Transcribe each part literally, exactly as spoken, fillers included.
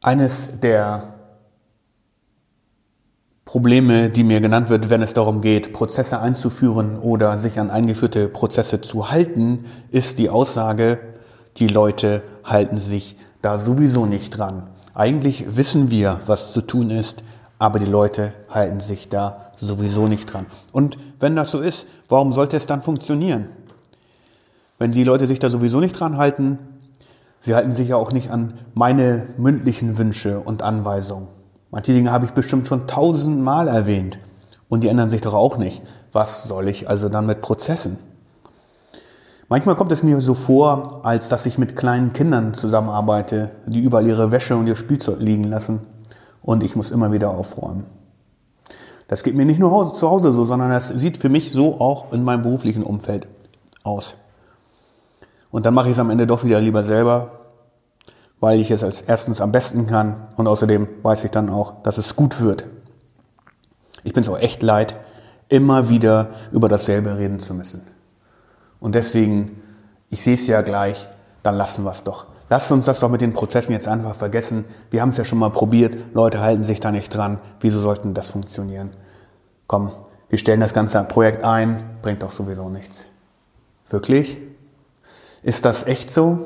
Eines der Probleme, die mir genannt wird, wenn es darum geht, Prozesse einzuführen oder sich an eingeführte Prozesse zu halten, ist die Aussage, die Leute halten sich da sowieso nicht dran. Eigentlich wissen wir, was zu tun ist, aber die Leute halten sich da sowieso nicht dran. Und wenn das so ist, warum sollte es dann funktionieren? Wenn die Leute sich da sowieso nicht dran halten, sie halten sich ja auch nicht an meine mündlichen Wünsche und Anweisungen. Manche Dinge habe ich bestimmt schon tausendmal erwähnt und die ändern sich doch auch nicht. Was soll ich also dann mit Prozessen? Manchmal kommt es mir so vor, als dass ich mit kleinen Kindern zusammenarbeite, die überall ihre Wäsche und ihr Spielzeug liegen lassen und ich muss immer wieder aufräumen. Das geht mir nicht nur zu Hause so, sondern das sieht für mich so auch in meinem beruflichen Umfeld aus. Und dann mache ich es am Ende doch wieder lieber selber, weil ich es als erstens am besten kann und außerdem weiß ich dann auch, dass es gut wird. Ich bin es auch echt leid, immer wieder über dasselbe reden zu müssen. Und deswegen, ich sehe es ja gleich, dann lassen wir es doch. Lasst uns das doch mit den Prozessen jetzt einfach vergessen. Wir haben es ja schon mal probiert, Leute halten sich da nicht dran. Wieso sollten das funktionieren? Komm, wir stellen das ganze Projekt ein, bringt doch sowieso nichts. Wirklich? Ist das echt so?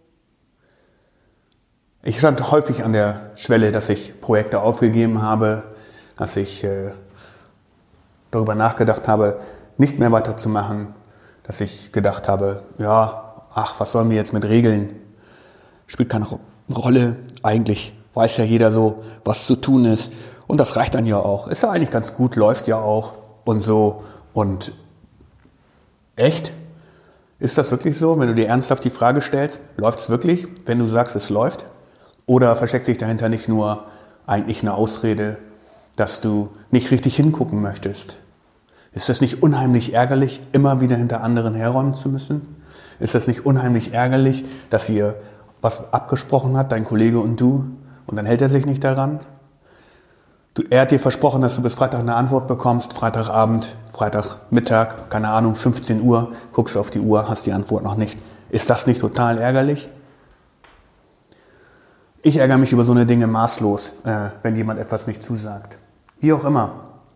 Ich stand häufig an der Schwelle, dass ich Projekte aufgegeben habe, dass ich äh, darüber nachgedacht habe, nicht mehr weiterzumachen, dass ich gedacht habe, ja, ach, was sollen wir jetzt mit Regeln? Spielt keine Rolle. Eigentlich weiß ja jeder so, was zu tun ist. Und das reicht dann ja auch. Ist ja eigentlich ganz gut, läuft ja auch und so. Und echt? Ist das wirklich so, wenn du dir ernsthaft die Frage stellst, läuft es wirklich, wenn du sagst, es läuft? Oder versteckt sich dahinter nicht nur eigentlich eine Ausrede, dass du nicht richtig hingucken möchtest? Ist das nicht unheimlich ärgerlich, immer wieder hinter anderen herräumen zu müssen? Ist das nicht unheimlich ärgerlich, dass ihr was abgesprochen habt, dein Kollege und du, und dann hält er sich nicht daran? Du, er hat dir versprochen, dass du bis Freitag eine Antwort bekommst, Freitagabend, Freitagmittag, keine Ahnung, fünfzehn Uhr, guckst auf die Uhr, hast die Antwort noch nicht. Ist das nicht total ärgerlich? Ich ärgere mich über so eine Dinge maßlos, äh, wenn jemand etwas nicht zusagt. Wie auch immer.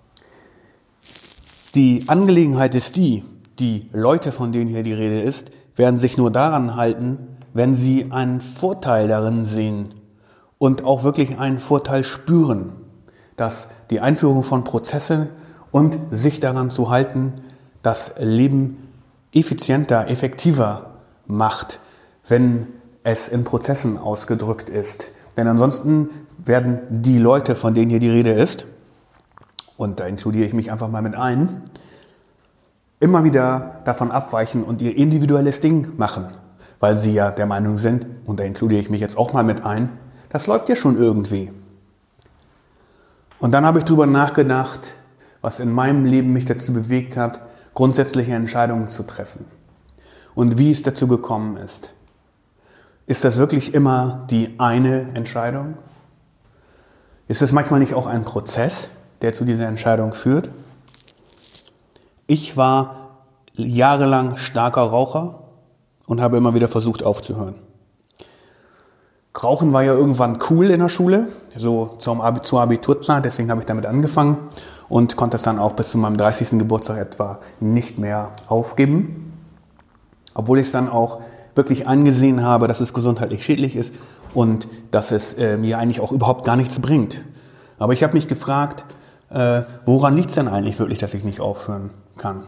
Die Angelegenheit ist die, die Leute, von denen hier die Rede ist, werden sich nur daran halten, wenn sie einen Vorteil darin sehen und auch wirklich einen Vorteil spüren, dass die Einführung von Prozessen und sich daran zu halten, das Leben effizienter, effektiver macht, wenn es in Prozessen ausgedrückt ist. Denn ansonsten werden die Leute, von denen hier die Rede ist, und da inkludiere ich mich einfach mal mit ein, immer wieder davon abweichen und ihr individuelles Ding machen, weil sie ja der Meinung sind, und da inkludiere ich mich jetzt auch mal mit ein, das läuft ja schon irgendwie. Und dann habe ich darüber nachgedacht, was in meinem Leben mich dazu bewegt hat, grundsätzliche Entscheidungen zu treffen und wie es dazu gekommen ist. Ist das wirklich immer die eine Entscheidung? Ist es manchmal nicht auch ein Prozess, der zu dieser Entscheidung führt? Ich war jahrelang starker Raucher und habe immer wieder versucht aufzuhören. Rauchen war ja irgendwann cool in der Schule, so zum Ab- zur Abiturzeit, deswegen habe ich damit angefangen und konnte es dann auch bis zu meinem dreißigsten Geburtstag etwa nicht mehr aufgeben. Obwohl ich es dann auch wirklich angesehen habe, dass es gesundheitlich schädlich ist und dass es äh, mir eigentlich auch überhaupt gar nichts bringt. Aber ich habe mich gefragt, äh, woran liegt es denn eigentlich wirklich, dass ich nicht aufhören kann?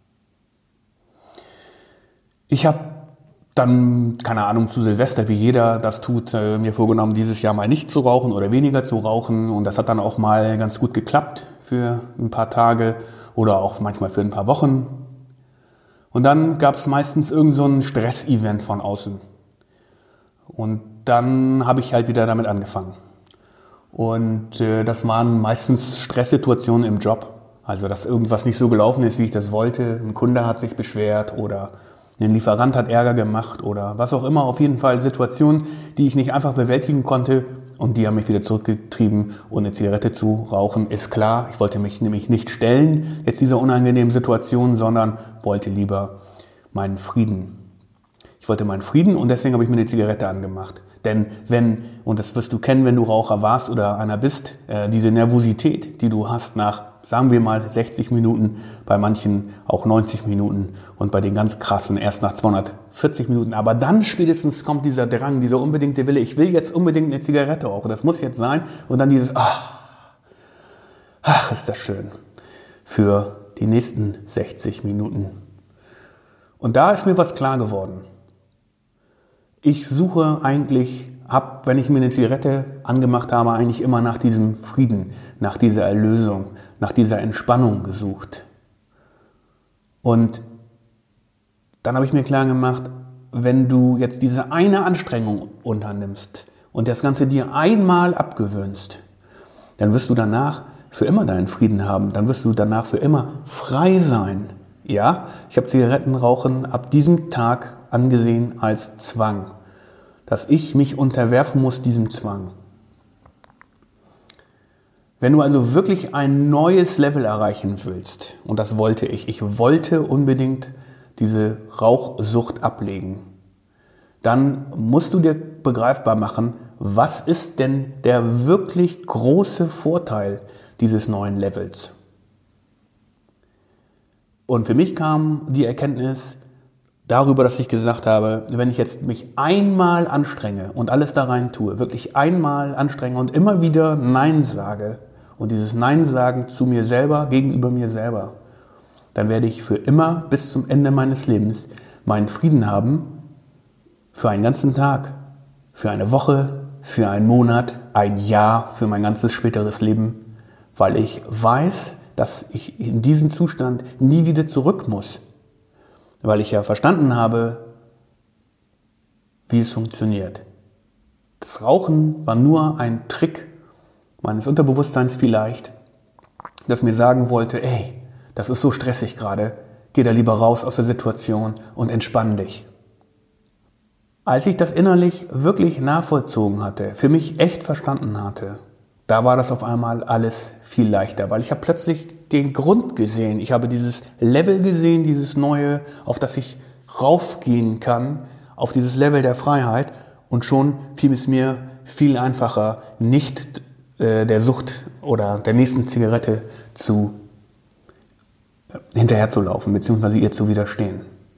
Ich habe dann, keine Ahnung, zu Silvester, wie jeder das tut, äh, mir vorgenommen, dieses Jahr mal nicht zu rauchen oder weniger zu rauchen. Und das hat dann auch mal ganz gut geklappt für ein paar Tage oder auch manchmal für ein paar Wochen. Und dann gab es meistens irgend so ein Stressevent von außen. Und dann habe ich halt wieder damit angefangen. Und äh, das waren meistens Stresssituationen im Job. Also, dass irgendwas nicht so gelaufen ist, wie ich das wollte. Ein Kunde hat sich beschwert oder ein Lieferant hat Ärger gemacht oder was auch immer. Auf jeden Fall Situationen, die ich nicht einfach bewältigen konnte und die haben mich wieder zurückgetrieben. Und eine Zigarette zu rauchen ist klar. Ich wollte mich nämlich nicht stellen, jetzt dieser unangenehmen Situation, sondern wollte lieber meinen Frieden. Ich wollte meinen Frieden und deswegen habe ich mir eine Zigarette angemacht. Denn wenn, und das wirst du kennen, wenn du Raucher warst oder einer bist, äh, diese Nervosität, die du hast nach, sagen wir mal, sechzig Minuten, bei manchen auch neunzig Minuten und bei den ganz krassen erst nach zweihundertvierzig Minuten. Aber dann spätestens kommt dieser Drang, dieser unbedingte Wille, ich will jetzt unbedingt eine Zigarette rauchen, das muss jetzt sein. Und dann dieses, ach, ach ist das schön, für die nächsten sechzig Minuten. Und da ist mir was klar geworden. Ich suche eigentlich, hab, wenn ich mir eine Zigarette angemacht habe, eigentlich immer nach diesem Frieden, nach dieser Erlösung, nach dieser Entspannung gesucht. Und dann habe ich mir klar gemacht, wenn du jetzt diese eine Anstrengung unternimmst und das Ganze dir einmal abgewöhnst, dann wirst du danach für immer deinen Frieden haben. Dann wirst du danach für immer frei sein. Ja, ich habe Zigarettenrauchen ab diesem Tag angesehen als Zwang, dass ich mich unterwerfen muss diesem Zwang. Wenn du also wirklich ein neues Level erreichen willst, und das wollte ich, ich wollte unbedingt diese Rauchsucht ablegen, dann musst du dir begreifbar machen, was ist denn der wirklich große Vorteil dieses neuen Levels? Und für mich kam die Erkenntnis darüber, dass ich gesagt habe, wenn ich jetzt mich einmal anstrenge und alles da rein tue, wirklich einmal anstrenge und immer wieder Nein sage und dieses Nein sagen zu mir selber, gegenüber mir selber, dann werde ich für immer bis zum Ende meines Lebens meinen Frieden haben für einen ganzen Tag, für eine Woche, für einen Monat, ein Jahr, für mein ganzes späteres Leben, weil ich weiß, dass ich in diesen Zustand nie wieder zurück muss, weil ich ja verstanden habe, wie es funktioniert. Das Rauchen war nur ein Trick meines Unterbewusstseins vielleicht, das mir sagen wollte, ey, das ist so stressig gerade, geh da lieber raus aus der Situation und entspann dich. Als ich das innerlich wirklich nachvollzogen hatte, für mich echt verstanden hatte, da war das auf einmal alles viel leichter, weil ich habe plötzlich den Grund gesehen. Ich habe dieses Level gesehen, dieses neue, auf das ich raufgehen kann, auf dieses Level der Freiheit. Und schon fiel es mir viel einfacher, nicht äh, der Sucht oder der nächsten Zigarette zu äh, hinterherzulaufen, beziehungsweise ihr zu widerstehen.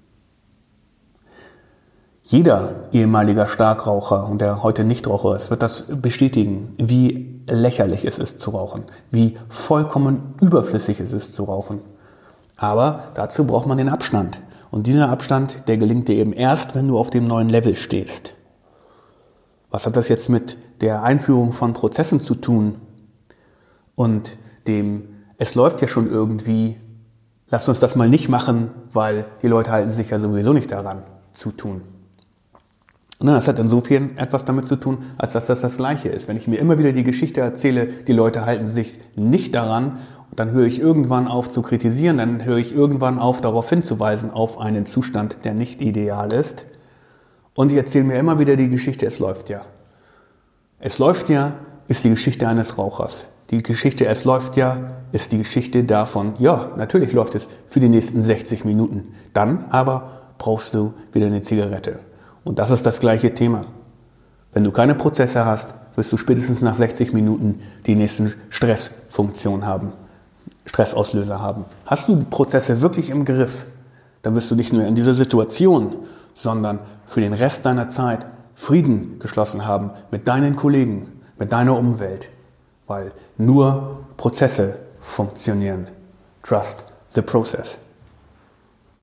Jeder ehemaliger Starkraucher und der heute Nichtraucher ist, wird das bestätigen, wie lächerlich es ist zu rauchen, wie vollkommen überflüssig es ist zu rauchen. Aber dazu braucht man den Abstand. Und dieser Abstand, der gelingt dir eben erst, wenn du auf dem neuen Level stehst. Was hat das jetzt mit der Einführung von Prozessen zu tun? Und dem, es läuft ja schon irgendwie, lass uns das mal nicht machen, weil die Leute halten sich ja sowieso nicht daran, zu tun. Und das hat insofern etwas damit zu tun, als dass das das Gleiche ist. Wenn ich mir immer wieder die Geschichte erzähle, die Leute halten sich nicht daran, dann höre ich irgendwann auf zu kritisieren, dann höre ich irgendwann auf darauf hinzuweisen, auf einen Zustand, der nicht ideal ist. Und ich erzähle mir immer wieder die Geschichte, es läuft ja. Es läuft ja, ist die Geschichte eines Rauchers. Die Geschichte, es läuft ja, ist die Geschichte davon, ja, natürlich läuft es für die nächsten sechzig Minuten. Dann aber brauchst du wieder eine Zigarette. Und das ist das gleiche Thema. Wenn du keine Prozesse hast, wirst du spätestens nach sechzig Minuten die nächsten Stressfunktionen haben, Stressauslöser haben. Hast du die Prozesse wirklich im Griff, dann wirst du nicht nur in dieser Situation, sondern für den Rest deiner Zeit Frieden geschlossen haben mit deinen Kollegen, mit deiner Umwelt, weil nur Prozesse funktionieren. Trust the process.